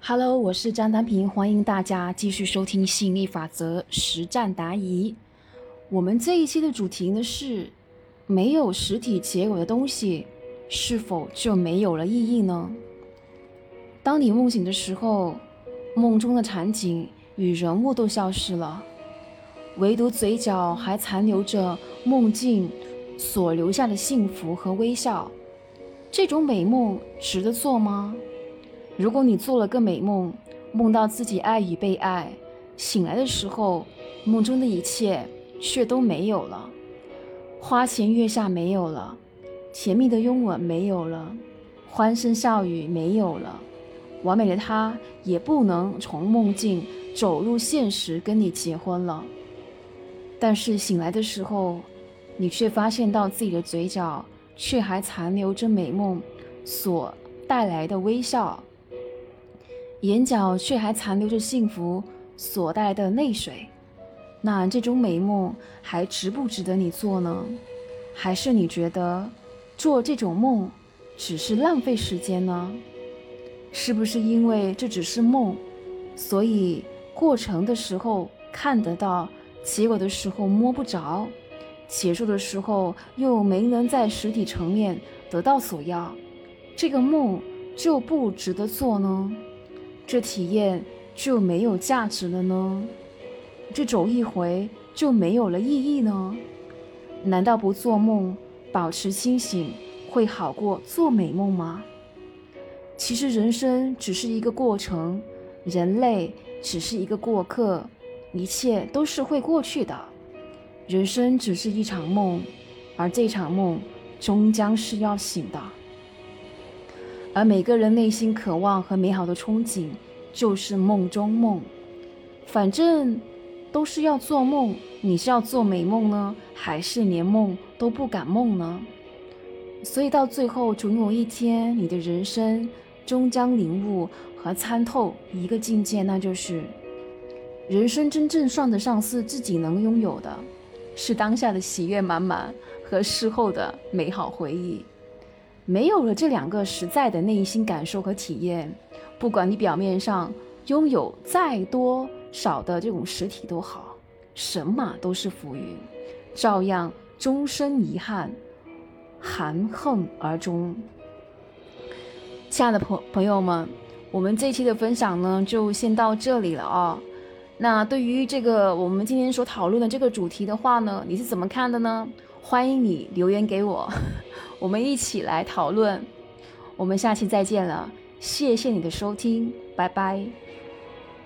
Hello，我是张丹平，欢迎大家继续收听吸引力法则实战答疑。我们这一期的主题呢是：没有实体结果的东西，是否就没有了意义呢？当你梦醒的时候，梦中的场景与人物都消失了，唯独嘴角还残留着梦境所留下的幸福和微笑。这种美梦值得做吗？如果你做了个美梦，梦到自己爱与被爱，醒来的时候，梦中的一切却都没有了，花前月下没有了，甜蜜的拥吻没有了，欢声笑语没有了，完美的他也不能从梦境走入现实跟你结婚了。但是醒来的时候，你却发现到自己的嘴角却还残留着美梦所带来的微笑，眼角却还残留着幸福所带来的泪水。那这种美梦还值不值得你做呢？还是你觉得做这种梦只是浪费时间呢？是不是因为这只是梦，所以过程的时候看得到，结果的时候摸不着，结束的时候又没能在实体层面得到所要，这个梦就不值得做呢？这体验就没有价值了呢？这走一回就没有了意义呢？难道不做梦，保持清醒会好过做美梦吗？其实人生只是一个过程，人类只是一个过客，一切都是会过去的。人生只是一场梦，而这场梦终将是要醒的。而每个人内心渴望和美好的憧憬就是梦中梦。反正都是要做梦，你是要做美梦呢，还是连梦都不敢梦呢？所以到最后，总有一天你的人生终将领悟和参透一个境界，那就是人生真正算得上是自己能拥有的，是当下的喜悦满满和事后的美好回忆。没有了这两个实在的内心感受和体验，不管你表面上拥有再多少的这种实体都好，神马都是浮云，照样终生遗憾，含恨而终。亲爱的朋友们，我们这期的分享呢就先到这里了啊。那对于这个我们今天所讨论的这个主题的话呢，你是怎么看的呢？欢迎你留言给我，我们一起来讨论。我们下期再见了，谢谢你的收听，拜拜。